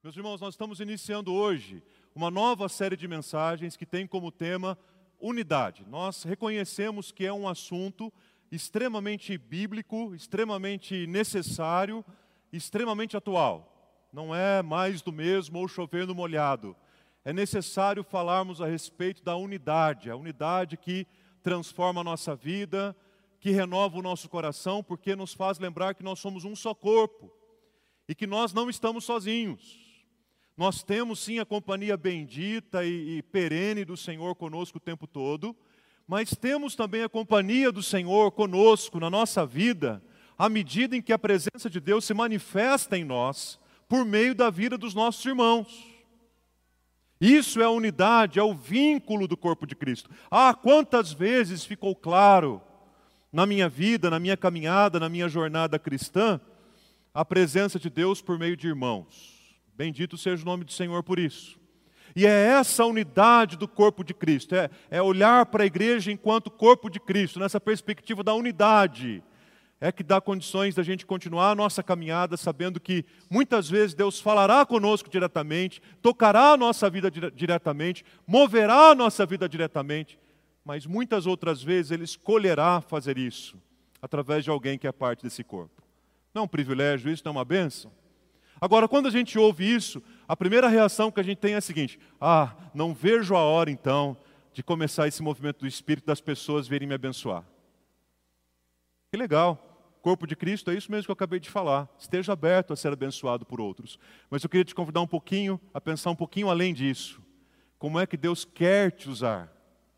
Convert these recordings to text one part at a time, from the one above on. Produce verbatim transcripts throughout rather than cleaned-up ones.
Meus irmãos, nós estamos iniciando hoje uma nova série de mensagens que tem como tema unidade. Nós reconhecemos que é um assunto extremamente bíblico, extremamente necessário, extremamente atual. Não é mais do mesmo ou chover no molhado. É necessário falarmos a respeito da unidade, a unidade que transforma a nossa vida, que renova o nosso coração, porque nos faz lembrar que nós somos um só corpo e que nós não estamos sozinhos. Nós temos sim a companhia bendita e, e perene do Senhor conosco o tempo todo, mas temos também a companhia do Senhor conosco na nossa vida, à medida em que a presença de Deus se manifesta em nós, por meio da vida dos nossos irmãos. Isso é a unidade, é o vínculo do corpo de Cristo. Ah, quantas vezes ficou claro na minha vida, na minha caminhada, na minha jornada cristã, a presença de Deus por meio de irmãos. Bendito seja o nome do Senhor por isso. E é essa unidade do corpo de Cristo, é, é olhar para a igreja enquanto corpo de Cristo, nessa perspectiva da unidade, é que dá condições da gente continuar a nossa caminhada, sabendo que muitas vezes Deus falará conosco diretamente, tocará a nossa vida dire- diretamente, moverá a nossa vida diretamente, mas muitas outras vezes Ele escolherá fazer isso, através de alguém que é parte desse corpo. Não é um privilégio isso, não é uma bênção? Agora, quando a gente ouve isso, a primeira reação que a gente tem é a seguinte: ah, não vejo a hora então de começar esse movimento do Espírito das pessoas virem me abençoar. Que legal, corpo de Cristo é isso mesmo que eu acabei de falar, esteja aberto a ser abençoado por outros. Mas eu queria te convidar um pouquinho, a pensar um pouquinho além disso. Como é que Deus quer te usar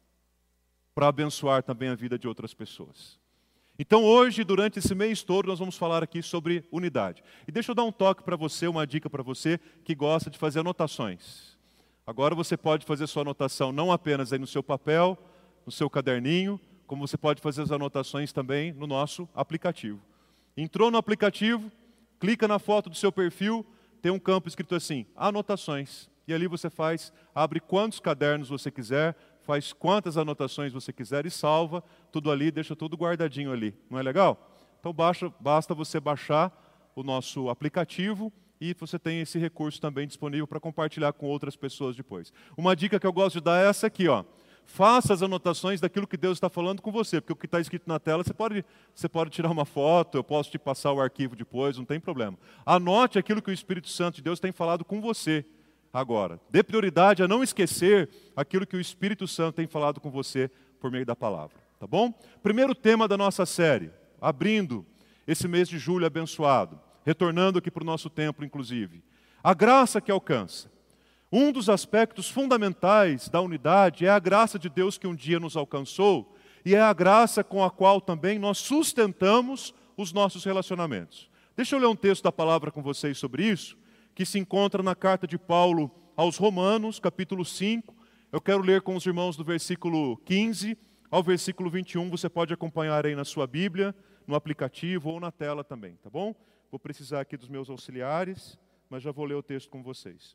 para abençoar também a vida de outras pessoas? Então hoje, durante esse mês todo, nós vamos falar aqui sobre unidade. E deixa eu dar um toque para você, uma dica para você que gosta de fazer anotações. Agora você pode fazer sua anotação não apenas aí no seu papel, no seu caderninho, como você pode fazer as anotações também no nosso aplicativo. Entrou no aplicativo, clica na foto do seu perfil, tem um campo escrito assim, anotações. E ali você faz, abre quantos cadernos você quiser, faz quantas anotações você quiser e salva tudo ali, deixa tudo guardadinho ali. Não é legal? Então baixa, basta você baixar o nosso aplicativo e você tem esse recurso também disponível para compartilhar com outras pessoas depois. Uma dica que eu gosto de dar é essa aqui, ó. Faça as anotações daquilo que Deus está falando com você, porque o que está escrito na tela, você pode, você pode tirar uma foto, eu posso te passar o arquivo depois, não tem problema. Anote aquilo que o Espírito Santo de Deus tem falado com você. Agora, dê prioridade a não esquecer aquilo que o Espírito Santo tem falado com você por meio da palavra, tá bom? Primeiro tema da nossa série, abrindo esse mês de julho abençoado, retornando aqui para o nosso templo, inclusive. A graça que alcança. Um dos aspectos fundamentais da unidade é a graça de Deus que um dia nos alcançou e é a graça com a qual também nós sustentamos os nossos relacionamentos. Deixa eu ler um texto da palavra com vocês sobre isso, que se encontra na carta de Paulo aos Romanos, capítulo cinco. Eu quero ler com os irmãos do versículo quinze ao versículo vinte e um. Você pode acompanhar aí na sua Bíblia, no aplicativo ou na tela também, tá bom? Vou precisar aqui dos meus auxiliares, mas já vou ler o texto com vocês.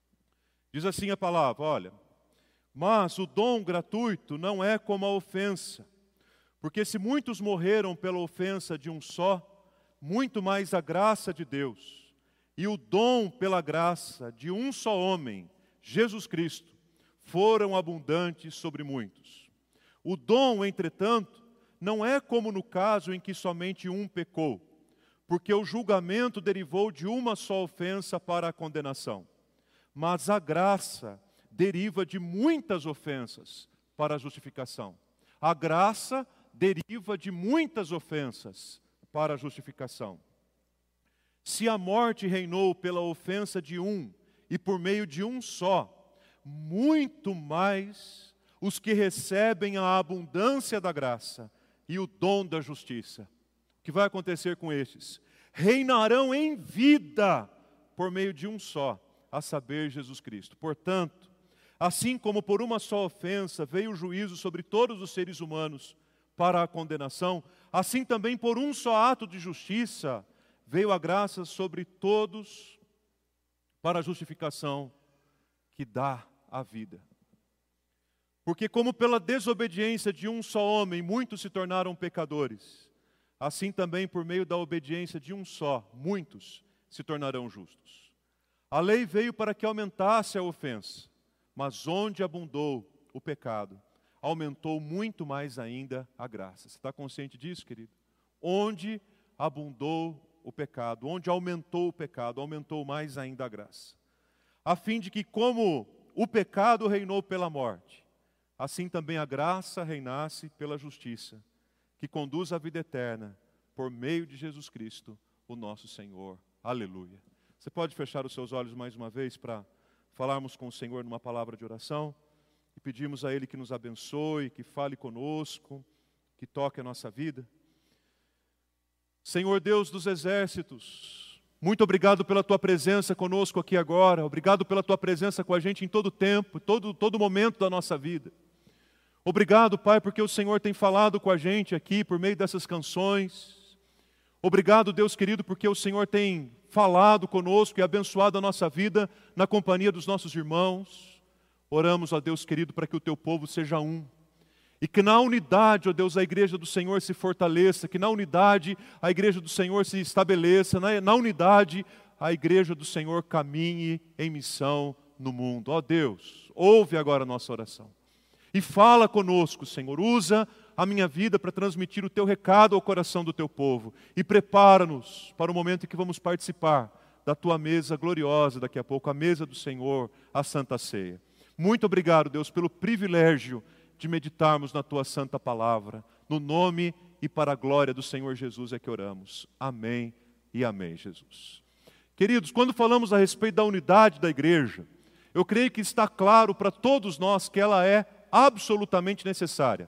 Diz assim a palavra, olha: mas o dom gratuito não é como a ofensa, porque se muitos morreram pela ofensa de um só, muito mais a graça de Deus e o dom pela graça de um só homem, Jesus Cristo, foram abundantes sobre muitos. O dom, entretanto, não é como no caso em que somente um pecou, porque o julgamento derivou de uma só ofensa para a condenação. Mas a graça deriva de muitas ofensas para a justificação. A graça deriva de muitas ofensas para a justificação. Se a morte reinou pela ofensa de um e por meio de um só, muito mais os que recebem a abundância da graça e o dom da justiça. O que vai acontecer com estes? Reinarão em vida por meio de um só, a saber, Jesus Cristo. Portanto, assim como por uma só ofensa veio o juízo sobre todos os seres humanos para a condenação, assim também por um só ato de justiça veio a graça sobre todos para a justificação que dá a vida. Porque como pela desobediência de um só homem muitos se tornaram pecadores, assim também por meio da obediência de um só, muitos se tornarão justos. A lei veio para que aumentasse a ofensa, mas onde abundou o pecado, aumentou muito mais ainda a graça. Você está consciente disso, querido? Onde abundou o pecado, onde aumentou o pecado, aumentou mais ainda a graça. A fim de que, como o pecado reinou pela morte, assim também a graça reinasse pela justiça, que conduz à vida eterna, por meio de Jesus Cristo, o nosso Senhor. Aleluia. Você pode fechar os seus olhos mais uma vez para falarmos com o Senhor numa palavra de oração e pedirmos a Ele que nos abençoe, que fale conosco, que toque a nossa vida. Senhor Deus dos exércitos, muito obrigado pela Tua presença conosco aqui agora, obrigado pela Tua presença com a gente em todo tempo, todo, todo momento da nossa vida. Obrigado, Pai, porque o Senhor tem falado com a gente aqui por meio dessas canções. Obrigado, Deus querido, porque o Senhor tem falado conosco e abençoado a nossa vida na companhia dos nossos irmãos. Oramos, ó Deus querido, para que o Teu povo seja um. E que na unidade, ó Deus, a igreja do Senhor se fortaleça, que na unidade a igreja do Senhor se estabeleça, na, na unidade a igreja do Senhor caminhe em missão no mundo. Ó Deus, ouve agora a nossa oração. E fala conosco, Senhor, usa a minha vida para transmitir o Teu recado ao coração do Teu povo. E prepara-nos para o momento em que vamos participar da Tua mesa gloriosa, daqui a pouco, a mesa do Senhor, a Santa Ceia. Muito obrigado, Deus, pelo privilégio de meditarmos na Tua santa palavra. No nome e para a glória do Senhor Jesus é que oramos. Amém e amém, Jesus. Queridos, quando falamos a respeito da unidade da igreja, eu creio que está claro para todos nós que ela é absolutamente necessária.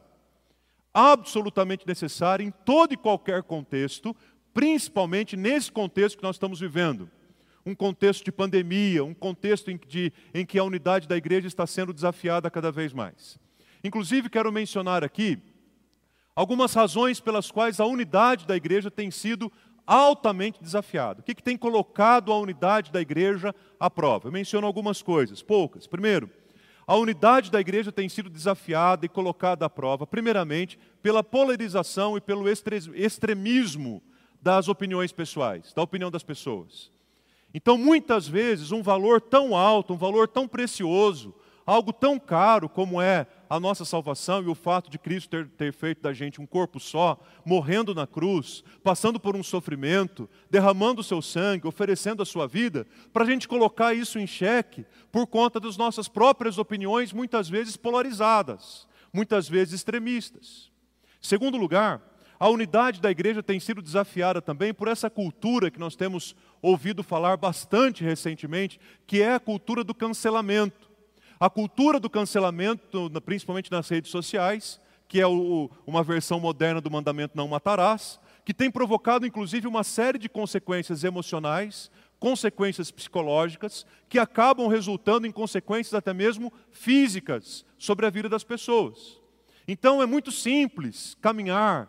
Absolutamente necessária em todo e qualquer contexto, principalmente nesse contexto que nós estamos vivendo. Um contexto de pandemia, um contexto em, de, em que a unidade da igreja está sendo desafiada cada vez mais. Inclusive, quero mencionar aqui algumas razões pelas quais a unidade da igreja tem sido altamente desafiada. O que, que tem colocado a unidade da igreja à prova? Eu menciono algumas coisas, poucas. Primeiro, a unidade da igreja tem sido desafiada e colocada à prova, primeiramente, pela polarização e pelo extremismo das opiniões pessoais, da opinião das pessoas. Então, muitas vezes, um valor tão alto, um valor tão precioso, algo tão caro como é a nossa salvação e o fato de Cristo ter, ter feito da gente um corpo só, morrendo na cruz, passando por um sofrimento, derramando o seu sangue, oferecendo a sua vida, para a gente colocar isso em xeque por conta das nossas próprias opiniões, muitas vezes polarizadas, muitas vezes extremistas. Segundo lugar, a unidade da igreja tem sido desafiada também por essa cultura que nós temos ouvido falar bastante recentemente, que é a cultura do cancelamento. A cultura do cancelamento, principalmente nas redes sociais, que é o, uma versão moderna do mandamento não matarás, que tem provocado inclusive uma série de consequências emocionais, consequências psicológicas, que acabam resultando em consequências até mesmo físicas sobre a vida das pessoas. Então é muito simples caminhar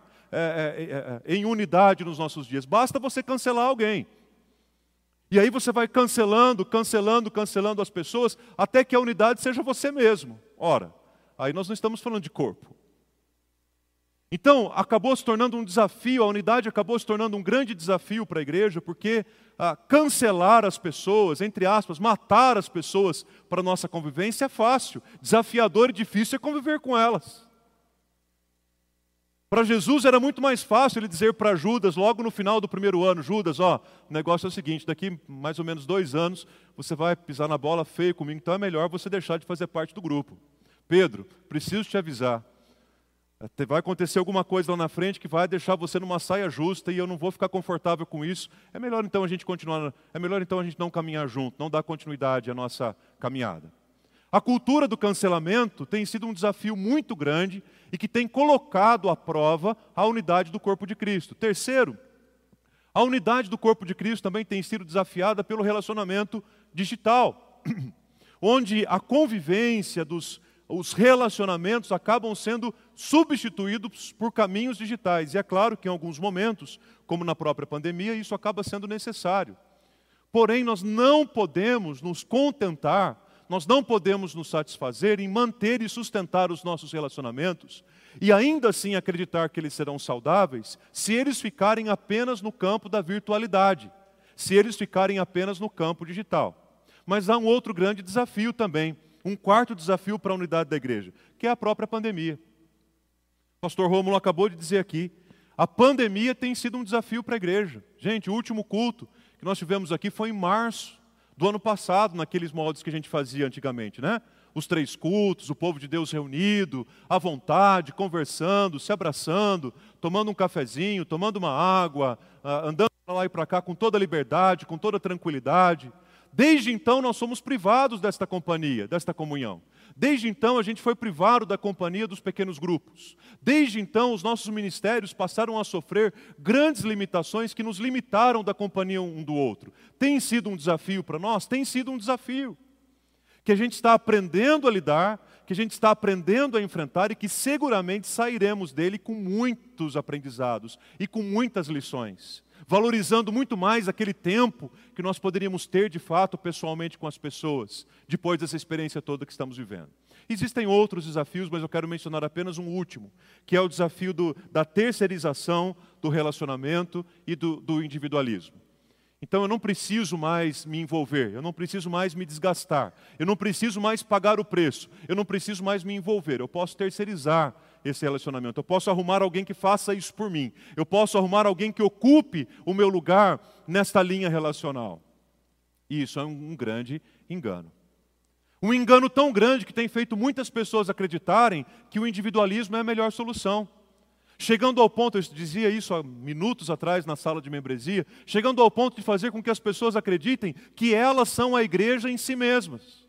é, é, é, em unidade nos nossos dias, basta você cancelar alguém. E aí você vai cancelando, cancelando, cancelando as pessoas, até que a unidade seja você mesmo. Ora, aí nós não estamos falando de corpo. Então, acabou se tornando um desafio, a unidade acabou se tornando um grande desafio para a igreja, porque ah, cancelar as pessoas, entre aspas, matar as pessoas para a nossa convivência é fácil. Desafiador e difícil é conviver com elas. Para Jesus era muito mais fácil ele dizer para Judas, logo no final do primeiro ano, Judas, ó, o negócio é o seguinte, daqui mais ou menos dois anos, você vai pisar na bola feio comigo, então é melhor você deixar de fazer parte do grupo. Pedro, preciso te avisar, vai acontecer alguma coisa lá na frente que vai deixar você numa saia justa e eu não vou ficar confortável com isso, é melhor então a gente continuar, é melhor então a gente não caminhar junto, não dar continuidade à nossa caminhada. A cultura do cancelamento tem sido um desafio muito grande e que tem colocado à prova a unidade do corpo de Cristo. Terceiro, a unidade do corpo de Cristo também tem sido desafiada pelo relacionamento digital, onde a convivência dos os relacionamentos acabam sendo substituídos por caminhos digitais. E é claro que em alguns momentos, como na própria pandemia, isso acaba sendo necessário. Porém, nós não podemos nos contentar, nós não podemos nos satisfazer em manter e sustentar os nossos relacionamentos e ainda assim acreditar que eles serão saudáveis se eles ficarem apenas no campo da virtualidade, se eles ficarem apenas no campo digital. Mas há um outro grande desafio também, um quarto desafio para a unidade da igreja, que é a própria pandemia. O pastor Rômulo acabou de dizer aqui, a pandemia tem sido um desafio para a igreja. Gente, o último culto que nós tivemos aqui foi em março do ano passado, naqueles moldes que a gente fazia antigamente, né? Os três cultos, o povo de Deus reunido, à vontade, conversando, se abraçando, tomando um cafezinho, tomando uma água, andando para lá e para cá com toda a liberdade, com toda a tranquilidade. Desde então nós somos privados desta companhia, desta comunhão. Desde então a gente foi privado da companhia dos pequenos grupos. Desde então os nossos ministérios passaram a sofrer grandes limitações que nos limitaram da companhia um do outro. Tem sido um desafio para nós? Tem sido um desafio. Que a gente está aprendendo a lidar, que a gente está aprendendo a enfrentar e que seguramente sairemos dele com muitos aprendizados e com muitas lições, valorizando muito mais aquele tempo que nós poderíamos ter de fato pessoalmente com as pessoas, depois dessa experiência toda que estamos vivendo. Existem outros desafios, mas eu quero mencionar apenas um último, que é o desafio do, da terceirização do relacionamento e do, do individualismo. Então eu não preciso mais me envolver, eu não preciso mais me desgastar, eu não preciso mais pagar o preço, eu não preciso mais me envolver, eu posso terceirizar esse relacionamento, eu posso arrumar alguém que faça isso por mim, eu posso arrumar alguém que ocupe o meu lugar nesta linha relacional. E isso é um, um grande engano. Um engano tão grande que tem feito muitas pessoas acreditarem que o individualismo é a melhor solução. Chegando ao ponto, eu dizia isso há minutos atrás na sala de membresia, chegando ao ponto de fazer com que as pessoas acreditem que elas são a igreja em si mesmas.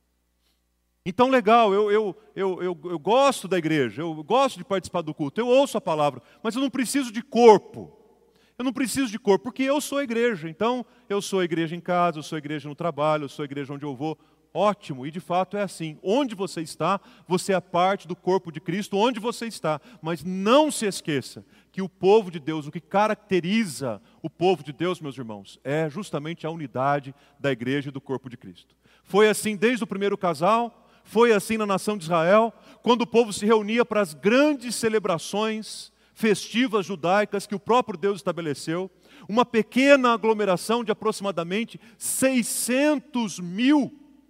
Então, legal, eu, eu, eu, eu, eu gosto da igreja, eu gosto de participar do culto, eu ouço a palavra, mas eu não preciso de corpo. Eu não preciso de corpo, porque eu sou a igreja. Então, eu sou a igreja em casa, eu sou a igreja no trabalho, eu sou a igreja onde eu vou. Ótimo, e de fato é assim. Onde você está, você é parte do corpo de Cristo, onde você está. Mas não se esqueça que o povo de Deus, o que caracteriza o povo de Deus, meus irmãos, é justamente a unidade da igreja e do corpo de Cristo. Foi assim desde o primeiro casal, foi assim na nação de Israel, quando o povo se reunia para as grandes celebrações festivas judaicas que o próprio Deus estabeleceu. Uma pequena aglomeração de aproximadamente seiscentos mil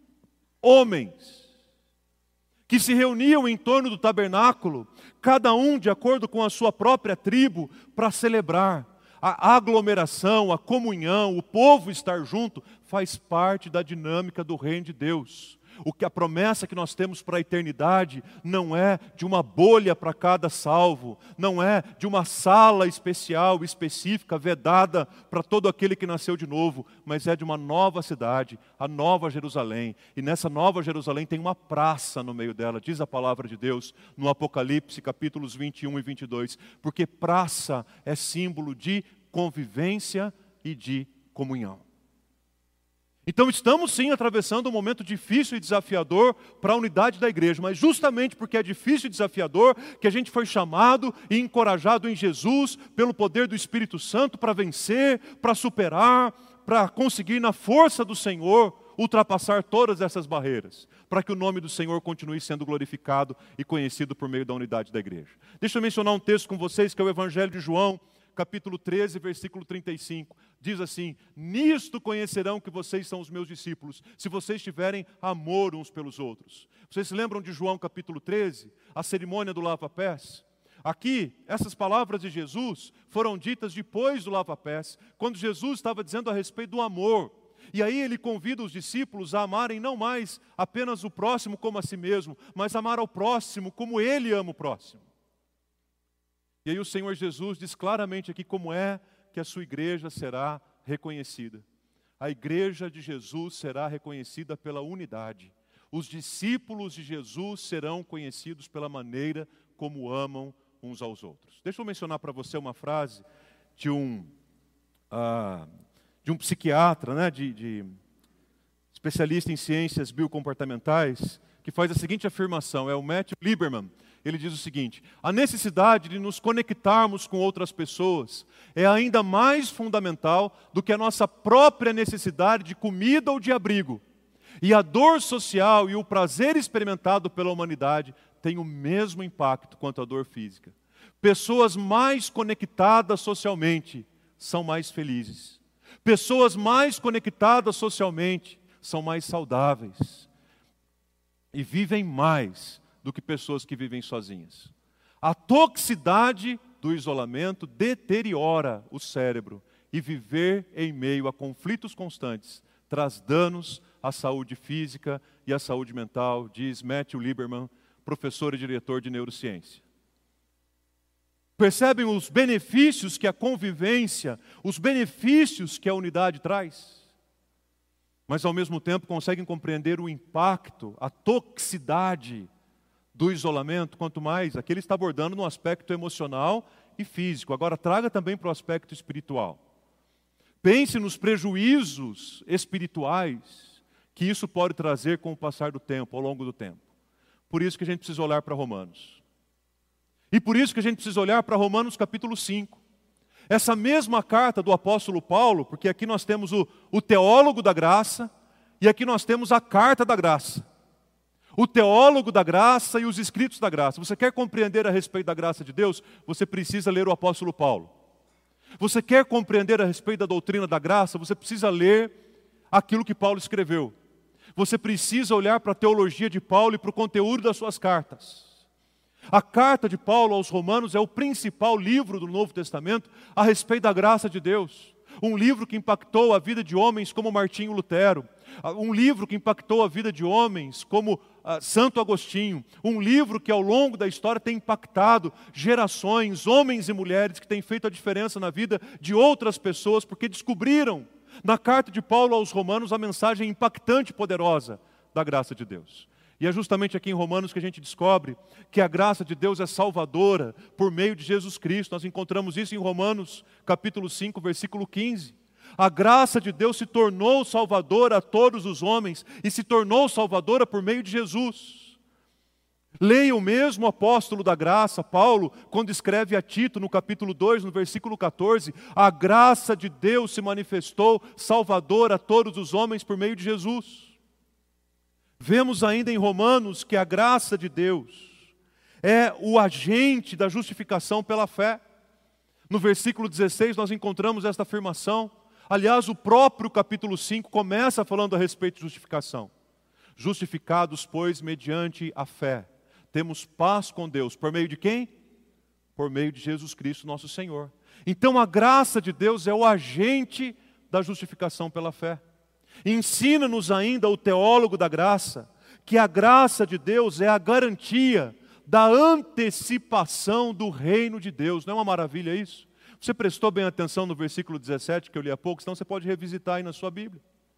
homens que se reuniam em torno do tabernáculo, cada um de acordo com a sua própria tribo, para celebrar. A aglomeração, a comunhão, o povo estar junto, faz parte da dinâmica do reino de Deus. O que a promessa que nós temos para a eternidade não é de uma bolha para cada salvo, não é de uma sala especial, específica, vedada para todo aquele que nasceu de novo, mas é de uma nova cidade, a Nova Jerusalém. E nessa Nova Jerusalém tem uma praça no meio dela, diz a palavra de Deus no Apocalipse, capítulos vinte e um e vinte e dois, porque praça é símbolo de convivência e de comunhão. Então estamos sim atravessando um momento difícil e desafiador para a unidade da igreja, mas justamente porque é difícil e desafiador que a gente foi chamado e encorajado em Jesus pelo poder do Espírito Santo para vencer, para superar, para conseguir na força do Senhor ultrapassar todas essas barreiras, para que o nome do Senhor continue sendo glorificado e conhecido por meio da unidade da igreja. Deixa eu mencionar um texto com vocês que é o Evangelho de João, capítulo treze, versículo trinta e cinco, diz assim: nisto conhecerão que vocês são os meus discípulos, se vocês tiverem amor uns pelos outros. Vocês se lembram de João capítulo treze, a cerimônia do lava-pés? Aqui, essas palavras de Jesus foram ditas depois do lava-pés, quando Jesus estava dizendo a respeito do amor. E aí ele convida os discípulos a amarem não mais apenas o próximo como a si mesmo, mas amar ao próximo como ele ama o próximo. E aí o Senhor Jesus diz claramente aqui como é que a sua igreja será reconhecida. A igreja de Jesus será reconhecida pela unidade. Os discípulos de Jesus serão conhecidos pela maneira como amam uns aos outros. Deixa eu mencionar para você uma frase de um, ah, de um psiquiatra, né, de, de especialista em ciências biocomportamentais, que faz a seguinte afirmação, é o Matthew Lieberman. Ele diz o seguinte: a necessidade de nos conectarmos com outras pessoas é ainda mais fundamental do que a nossa própria necessidade de comida ou de abrigo. E a dor social e o prazer experimentado pela humanidade têm o mesmo impacto quanto a dor física. Pessoas mais conectadas socialmente são mais felizes. Pessoas mais conectadas socialmente são mais saudáveis e vivem mais do que pessoas que vivem sozinhas. A toxicidade do isolamento deteriora o cérebro e viver em meio a conflitos constantes traz danos à saúde física e à saúde mental, diz Matthew Lieberman, professor e diretor de neurociência. Percebem os benefícios que a convivência, os benefícios que a unidade traz? Mas ao mesmo tempo conseguem compreender o impacto, a toxicidade do isolamento, quanto mais, aqui ele está abordando no aspecto emocional e físico. Agora traga também para o aspecto espiritual. Pense nos prejuízos espirituais que isso pode trazer com o passar do tempo, ao longo do tempo. Por isso que a gente precisa olhar para Romanos. E por isso que a gente precisa olhar para Romanos capítulo cinco. Essa mesma carta do apóstolo Paulo, porque aqui nós temos o, o teólogo da graça e aqui nós temos a carta da graça. O teólogo da graça e os escritos da graça. Você quer compreender a respeito da graça de Deus? Você precisa ler o apóstolo Paulo. Você quer compreender a respeito da doutrina da graça? Você precisa ler aquilo que Paulo escreveu. Você precisa olhar para a teologia de Paulo e para o conteúdo das suas cartas. A carta de Paulo aos Romanos é o principal livro do Novo Testamento a respeito da graça de Deus. Um livro que impactou a vida de homens como Martinho Lutero. Um livro que impactou a vida de homens como uh, Santo Agostinho. Um livro que ao longo da história tem impactado gerações, homens e mulheres que têm feito a diferença na vida de outras pessoas porque descobriram na carta de Paulo aos Romanos a mensagem impactante e poderosa da graça de Deus. E é justamente aqui em Romanos que a gente descobre que a graça de Deus é salvadora por meio de Jesus Cristo. Nós encontramos isso em Romanos capítulo cinco, versículo quinze. A graça de Deus se tornou salvadora a todos os homens e se tornou salvadora por meio de Jesus. Leia o mesmo apóstolo da graça, Paulo, quando escreve a Tito no capítulo dois, no versículo quatorze, a graça de Deus se manifestou salvadora a todos os homens por meio de Jesus. Vemos ainda em Romanos que a graça de Deus é o agente da justificação pela fé. No versículo dezesseis nós encontramos esta afirmação. Aliás, o próprio capítulo cinco começa falando a respeito de justificação. Justificados, pois, mediante a fé, temos paz com Deus. Por meio de quem? Por meio de Jesus Cristo, nosso Senhor. Então a graça de Deus é o agente da justificação pela fé. Ensina-nos ainda o teólogo da graça, que a graça de Deus é a garantia da antecipação do reino de Deus. Não é uma maravilha isso? Você prestou bem atenção no versículo dezessete, que eu li há pouco, senão você pode revisitar aí na sua Bíblia.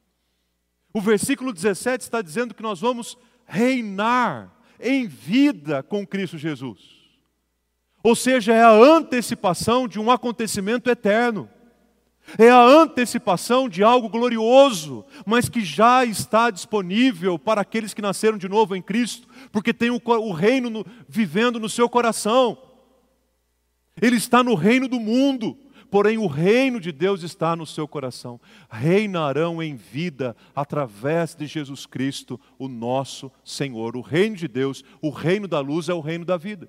O versículo dezessete está dizendo que nós vamos reinar em vida com Cristo Jesus. Ou seja, é a antecipação de um acontecimento eterno. É a antecipação de algo glorioso, mas que já está disponível para aqueles que nasceram de novo em Cristo, porque tem o, o reino no, vivendo no seu coração. Ele está no reino do mundo, porém o reino de Deus está no seu coração. Reinarão em vida através de Jesus Cristo, o nosso Senhor. O reino de Deus, o reino da luz é o reino da vida.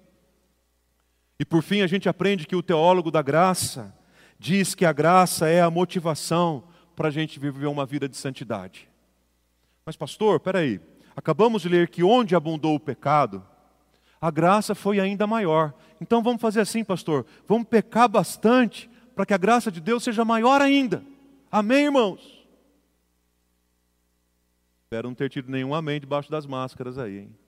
E por fim a gente aprende que o teólogo da graça diz que a graça é a motivação para a gente viver uma vida de santidade. Mas pastor, peraí, acabamos de ler que onde abundou o pecado, a graça foi ainda maior. Então vamos fazer assim, pastor, vamos pecar bastante para que a graça de Deus seja maior ainda. Amém, irmãos? Espero não ter tido nenhum amém debaixo das máscaras aí, hein?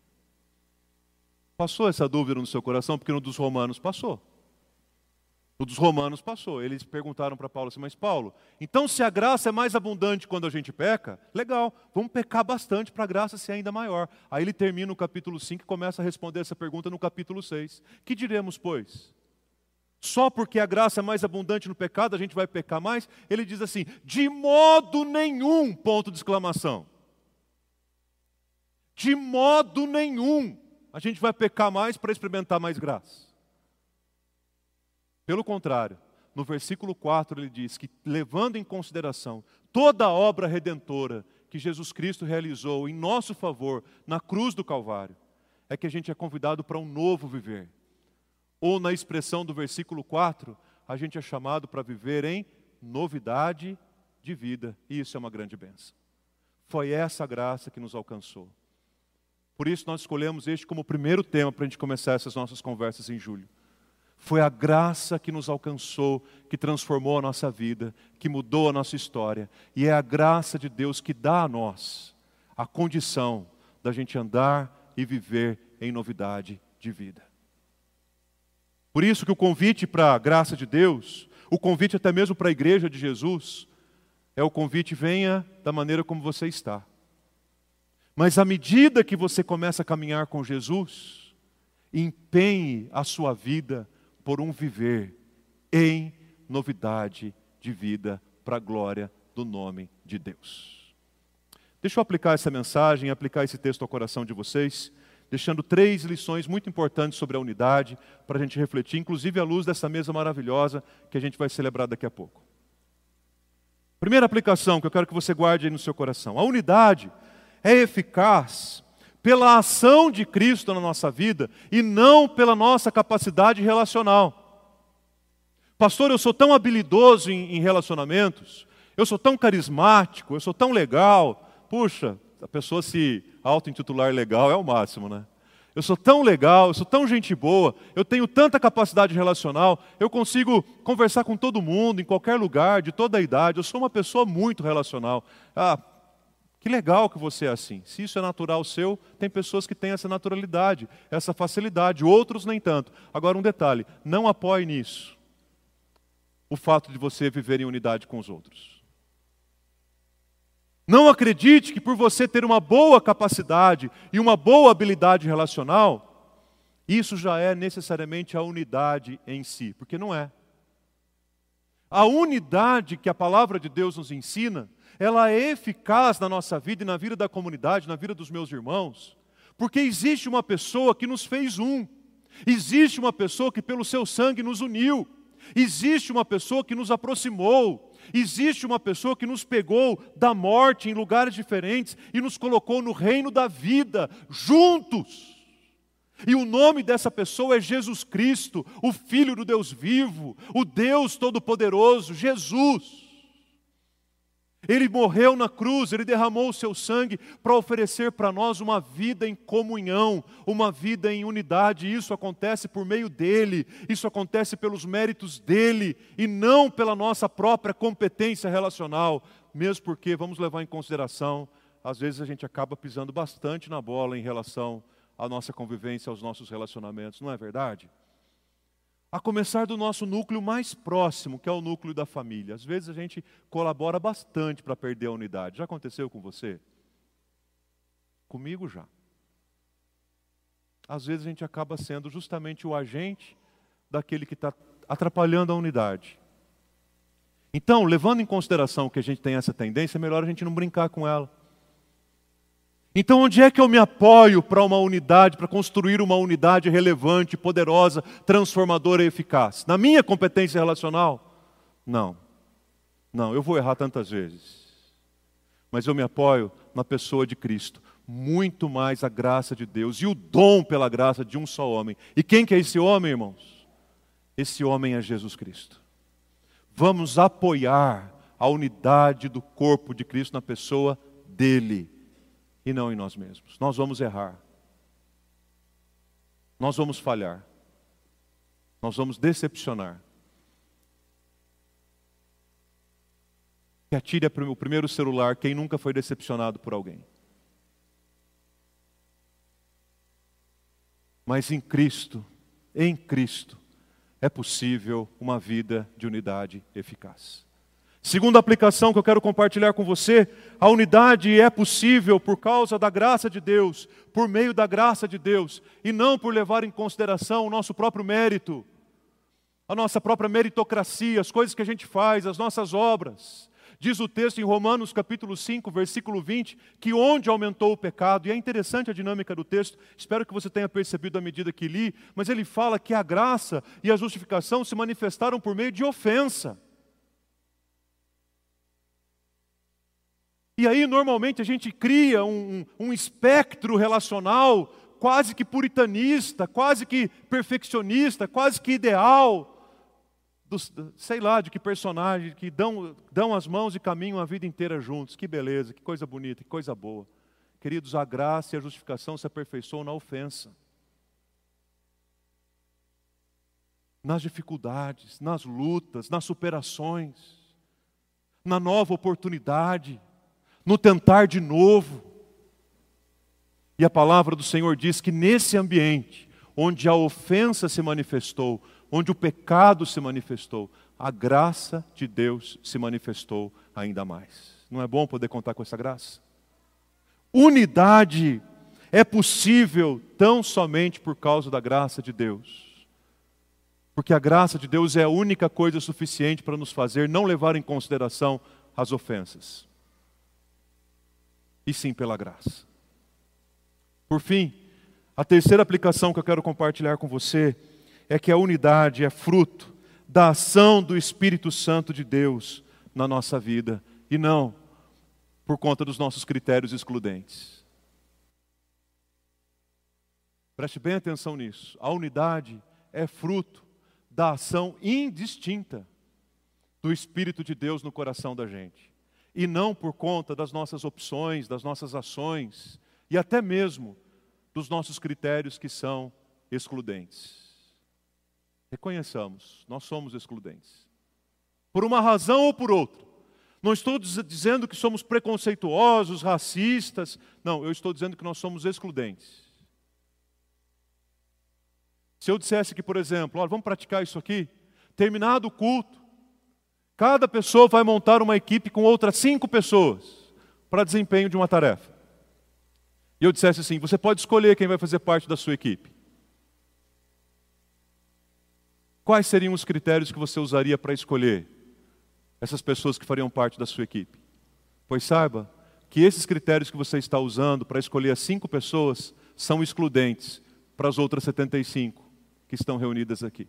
Passou essa dúvida no seu coração? Porque no dos romanos passou. O dos romanos passou. Eles perguntaram para Paulo assim, mas Paulo, então se a graça é mais abundante quando a gente peca, legal, vamos pecar bastante para a graça ser ainda maior. Aí ele termina o capítulo cinco e começa a responder essa pergunta no capítulo seis. Que diremos, pois? Só porque a graça é mais abundante no pecado, a gente vai pecar mais? Ele diz assim, de modo nenhum, ponto de exclamação. De modo nenhum, a gente vai pecar mais para experimentar mais graça. Pelo contrário, no versículo quatro ele diz que, levando em consideração toda a obra redentora que Jesus Cristo realizou em nosso favor na cruz do Calvário, é que a gente é convidado para um novo viver. Ou na expressão do versículo quatro, a gente é chamado para viver em novidade de vida. E isso é uma grande bênção. Foi essa graça que nos alcançou. Por isso nós escolhemos este como o primeiro tema para a gente começar essas nossas conversas em julho. Foi a graça que nos alcançou, que transformou a nossa vida, que mudou a nossa história. E é a graça de Deus que dá a nós a condição da gente andar e viver em novidade de vida. Por isso que o convite para a graça de Deus, o convite até mesmo para a igreja de Jesus, é o convite: venha da maneira como você está. Mas à medida que você começa a caminhar com Jesus, empenhe a sua vida por um viver em novidade de vida para a glória do nome de Deus. Deixa eu aplicar essa mensagem, aplicar esse texto ao coração de vocês, deixando três lições muito importantes sobre a unidade para a gente refletir, inclusive à luz dessa mesa maravilhosa que a gente vai celebrar daqui a pouco. Primeira aplicação que eu quero que você guarde aí no seu coração: a unidade é eficaz pela ação de Cristo na nossa vida e não pela nossa capacidade relacional. Pastor, eu sou tão habilidoso em, em relacionamentos, eu sou tão carismático, eu sou tão legal. Puxa, a pessoa se auto-intitular legal é o máximo, né? Eu sou tão legal, eu sou tão gente boa, eu tenho tanta capacidade relacional, eu consigo conversar com todo mundo, em qualquer lugar, de toda a idade, eu sou uma pessoa muito relacional. Ah, que legal que você é assim. Se isso é natural seu, tem pessoas que têm essa naturalidade, essa facilidade, outros nem tanto. Agora um detalhe, não apoie nisso o fato de você viver em unidade com os outros. Não acredite que por você ter uma boa capacidade e uma boa habilidade relacional, isso já é necessariamente a unidade em si, porque não é. A unidade que a palavra de Deus nos ensina, ela é eficaz na nossa vida e na vida da comunidade, na vida dos meus irmãos, porque existe uma pessoa que nos fez um, existe uma pessoa que pelo seu sangue nos uniu, existe uma pessoa que nos aproximou, existe uma pessoa que nos pegou da morte em lugares diferentes e nos colocou no reino da vida, juntos. E o nome dessa pessoa é Jesus Cristo, o Filho do Deus vivo, o Deus Todo-Poderoso, Jesus. Ele morreu na cruz, Ele derramou o seu sangue para oferecer para nós uma vida em comunhão, uma vida em unidade. Isso acontece por meio dEle, isso acontece pelos méritos dEle e não pela nossa própria competência relacional. Mesmo porque, vamos levar em consideração, às vezes a gente acaba pisando bastante na bola em relação à nossa convivência, aos nossos relacionamentos, não é verdade? A começar do nosso núcleo mais próximo, que é o núcleo da família. Às vezes a gente colabora bastante para perder a unidade. Já aconteceu com você? Comigo já. Às vezes a gente acaba sendo justamente o agente daquele que está atrapalhando a unidade. Então, levando em consideração que a gente tem essa tendência, é melhor a gente não brincar com ela. Então, onde é que eu me apoio para uma unidade, para construir uma unidade relevante, poderosa, transformadora e eficaz? Na minha competência relacional? Não. Não, eu vou errar tantas vezes. Mas eu me apoio na pessoa de Cristo. Muito mais a graça de Deus e o dom pela graça de um só homem. E quem que é esse homem, irmãos? Esse homem é Jesus Cristo. Vamos apoiar a unidade do corpo de Cristo na pessoa dele. E não em nós mesmos. Nós vamos errar. Nós vamos falhar. Nós vamos decepcionar. Que atire o primeiro celular quem nunca foi decepcionado por alguém. Mas em Cristo, em Cristo, é possível uma vida de unidade eficaz. Segunda aplicação que eu quero compartilhar com você, a unidade é possível por causa da graça de Deus, por meio da graça de Deus, e não por levar em consideração o nosso próprio mérito, a nossa própria meritocracia, as coisas que a gente faz, as nossas obras. Diz o texto em Romanos capítulo cinco, versículo vinte, que onde aumentou o pecado, e é interessante a dinâmica do texto, espero que você tenha percebido à medida que li, mas ele fala que a graça e a justificação se manifestaram por meio de ofensa. E aí, normalmente, a gente cria um, um espectro relacional quase que puritanista, quase que perfeccionista, quase que ideal dos, sei lá, de que personagem, que dão, dão as mãos e caminham a vida inteira juntos. Que beleza, que coisa bonita, que coisa boa. Queridos, a graça e a justificação se aperfeiçoam na ofensa. Nas dificuldades, nas lutas, nas superações, na nova oportunidade, no tentar de novo. E a palavra do Senhor diz que nesse ambiente, onde a ofensa se manifestou, onde o pecado se manifestou, a graça de Deus se manifestou ainda mais. Não é bom poder contar com essa graça? Unidade é possível tão somente por causa da graça de Deus. Porque a graça de Deus é a única coisa suficiente para nos fazer não levar em consideração as ofensas. E sim pela graça. Por fim, a terceira aplicação que eu quero compartilhar com você é que a unidade é fruto da ação do Espírito Santo de Deus na nossa vida e não por conta dos nossos critérios excludentes. Preste bem atenção nisso. A unidade é fruto da ação indistinta do Espírito de Deus no coração da gente. E não por conta das nossas opções, das nossas ações e até mesmo dos nossos critérios que são excludentes. Reconheçamos, nós somos excludentes. Por uma razão ou por outra. Não estou dizendo que somos preconceituosos, racistas. Não, eu estou dizendo que nós somos excludentes. Se eu dissesse que, por exemplo, olha, vamos praticar isso aqui, terminado o culto, cada pessoa vai montar uma equipe com outras cinco pessoas para desempenho de uma tarefa. E eu dissesse assim, você pode escolher quem vai fazer parte da sua equipe. Quais seriam os critérios que você usaria para escolher essas pessoas que fariam parte da sua equipe? Pois saiba que esses critérios que você está usando para escolher as cinco pessoas são excludentes para as outras setenta e cinco que estão reunidas aqui.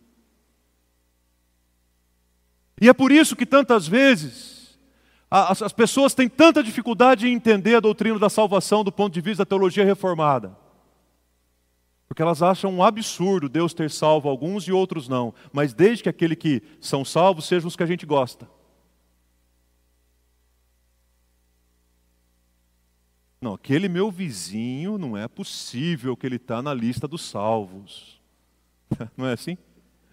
E é por isso que tantas vezes as, as pessoas têm tanta dificuldade em entender a doutrina da salvação do ponto de vista da teologia reformada. Porque elas acham um absurdo Deus ter salvo alguns e outros não. Mas desde que aquele que são salvos sejam os que a gente gosta. Não, aquele meu vizinho não é possível que ele está na lista dos salvos. Não é assim?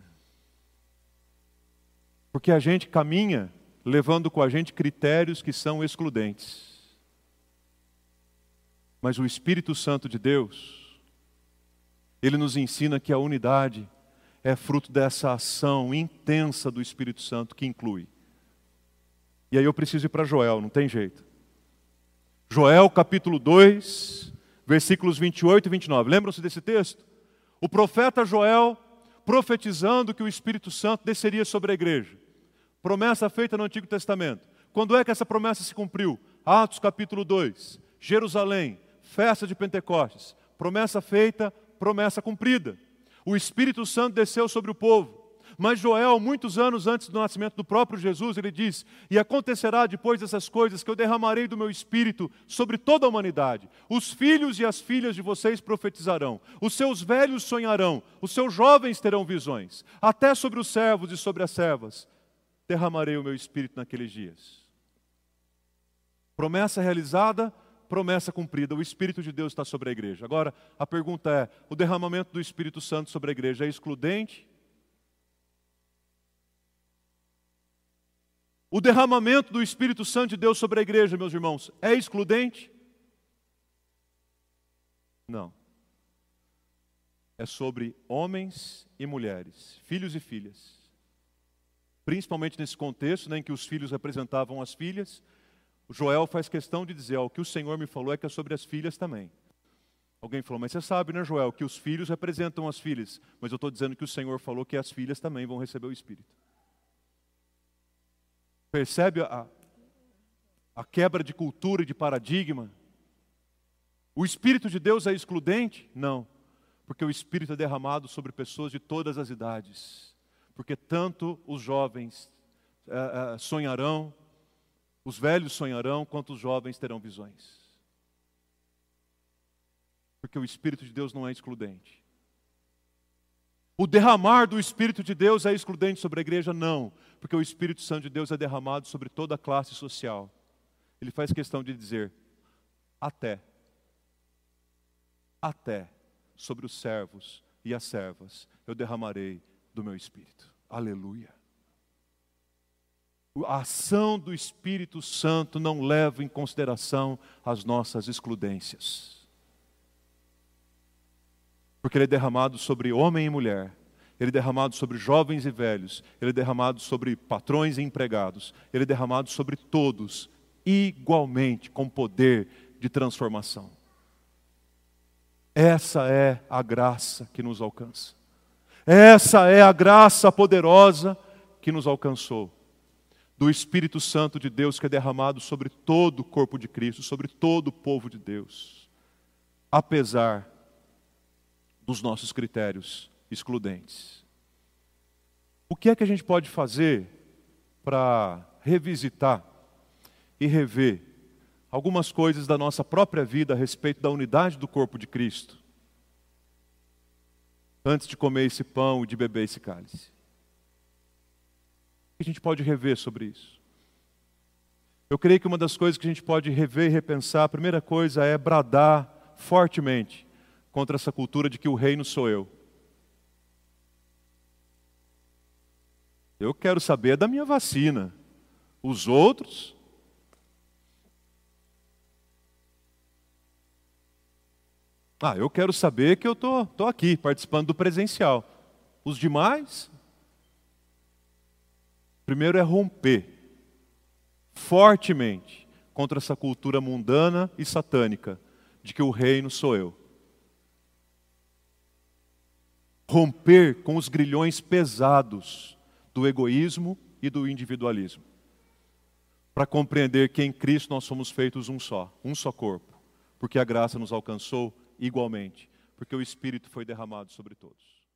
Porque a gente caminha levando com a gente critérios que são excludentes. Mas o Espírito Santo de Deus, ele nos ensina que a unidade é fruto dessa ação intensa do Espírito Santo que inclui. E aí eu preciso ir para Joel, não tem jeito. Joel capítulo dois, versículos vinte e oito e vinte e nove. Lembram-se desse texto? O profeta Joel profetizando que o Espírito Santo desceria sobre a igreja. Promessa feita no Antigo Testamento. Quando é que essa promessa se cumpriu? Atos capítulo dois, Jerusalém, festa de Pentecostes. Promessa feita, promessa cumprida. O Espírito Santo desceu sobre o povo. Mas Joel, muitos anos antes do nascimento do próprio Jesus, ele diz: e acontecerá depois dessas coisas que eu derramarei do meu Espírito sobre toda a humanidade. Os filhos e as filhas de vocês profetizarão, os seus velhos sonharão, os seus jovens terão visões, até sobre os servos e sobre as servas derramarei o meu Espírito naqueles dias. Promessa realizada, promessa cumprida. O Espírito de Deus está sobre a igreja. Agora, a pergunta é, o derramamento do Espírito Santo sobre a igreja é excludente? O derramamento do Espírito Santo de Deus sobre a igreja, meus irmãos, é excludente? Não. É sobre homens e mulheres, filhos e filhas. Principalmente nesse contexto, né, em que os filhos representavam as filhas, o Joel faz questão de dizer, ó, o que o Senhor me falou é que é sobre as filhas também. Alguém falou, mas você sabe, né, Joel, que os filhos representam as filhas. Mas eu estou dizendo que o Senhor falou que as filhas também vão receber o Espírito. Percebe a, a quebra de cultura e de paradigma? O Espírito de Deus é excludente? Não, porque o Espírito é derramado sobre pessoas de todas as idades. Porque tanto os jovens é, é, sonharão, os velhos sonharão, quanto os jovens terão visões. Porque o Espírito de Deus não é excludente. O derramar do Espírito de Deus é excludente sobre a igreja? Não, porque o Espírito Santo de Deus é derramado sobre toda a classe social. Ele faz questão de dizer, até, até sobre os servos e as servas eu derramarei do meu Espírito. Aleluia. A ação do Espírito Santo não leva em consideração as nossas excludências. Porque Ele é derramado sobre homem e mulher, Ele é derramado sobre jovens e velhos, Ele é derramado sobre patrões e empregados, Ele é derramado sobre todos, igualmente, com poder de transformação. Essa é a graça que nos alcança. Essa é a graça poderosa que nos alcançou. Do Espírito Santo de Deus que é derramado sobre todo o corpo de Cristo, sobre todo o povo de Deus. Apesar dos nossos critérios excludentes. O que é que a gente pode fazer para revisitar e rever algumas coisas da nossa própria vida a respeito da unidade do corpo de Cristo, antes de comer esse pão e de beber esse cálice? O que a gente pode rever sobre isso? Eu creio que uma das coisas que a gente pode rever e repensar, a primeira coisa é bradar fortemente contra essa cultura de que o reino sou eu. Eu quero saber da minha vacina. Os outros... Ah, eu quero saber que eu estou tô, tô aqui, participando do presencial. Os demais... Primeiro é romper fortemente contra essa cultura mundana e satânica de que o reino sou eu. Romper com os grilhões pesados do egoísmo e do individualismo. Para compreender que em Cristo nós somos feitos um só, um só corpo. Porque a graça nos alcançou igualmente. Porque o Espírito foi derramado sobre todos.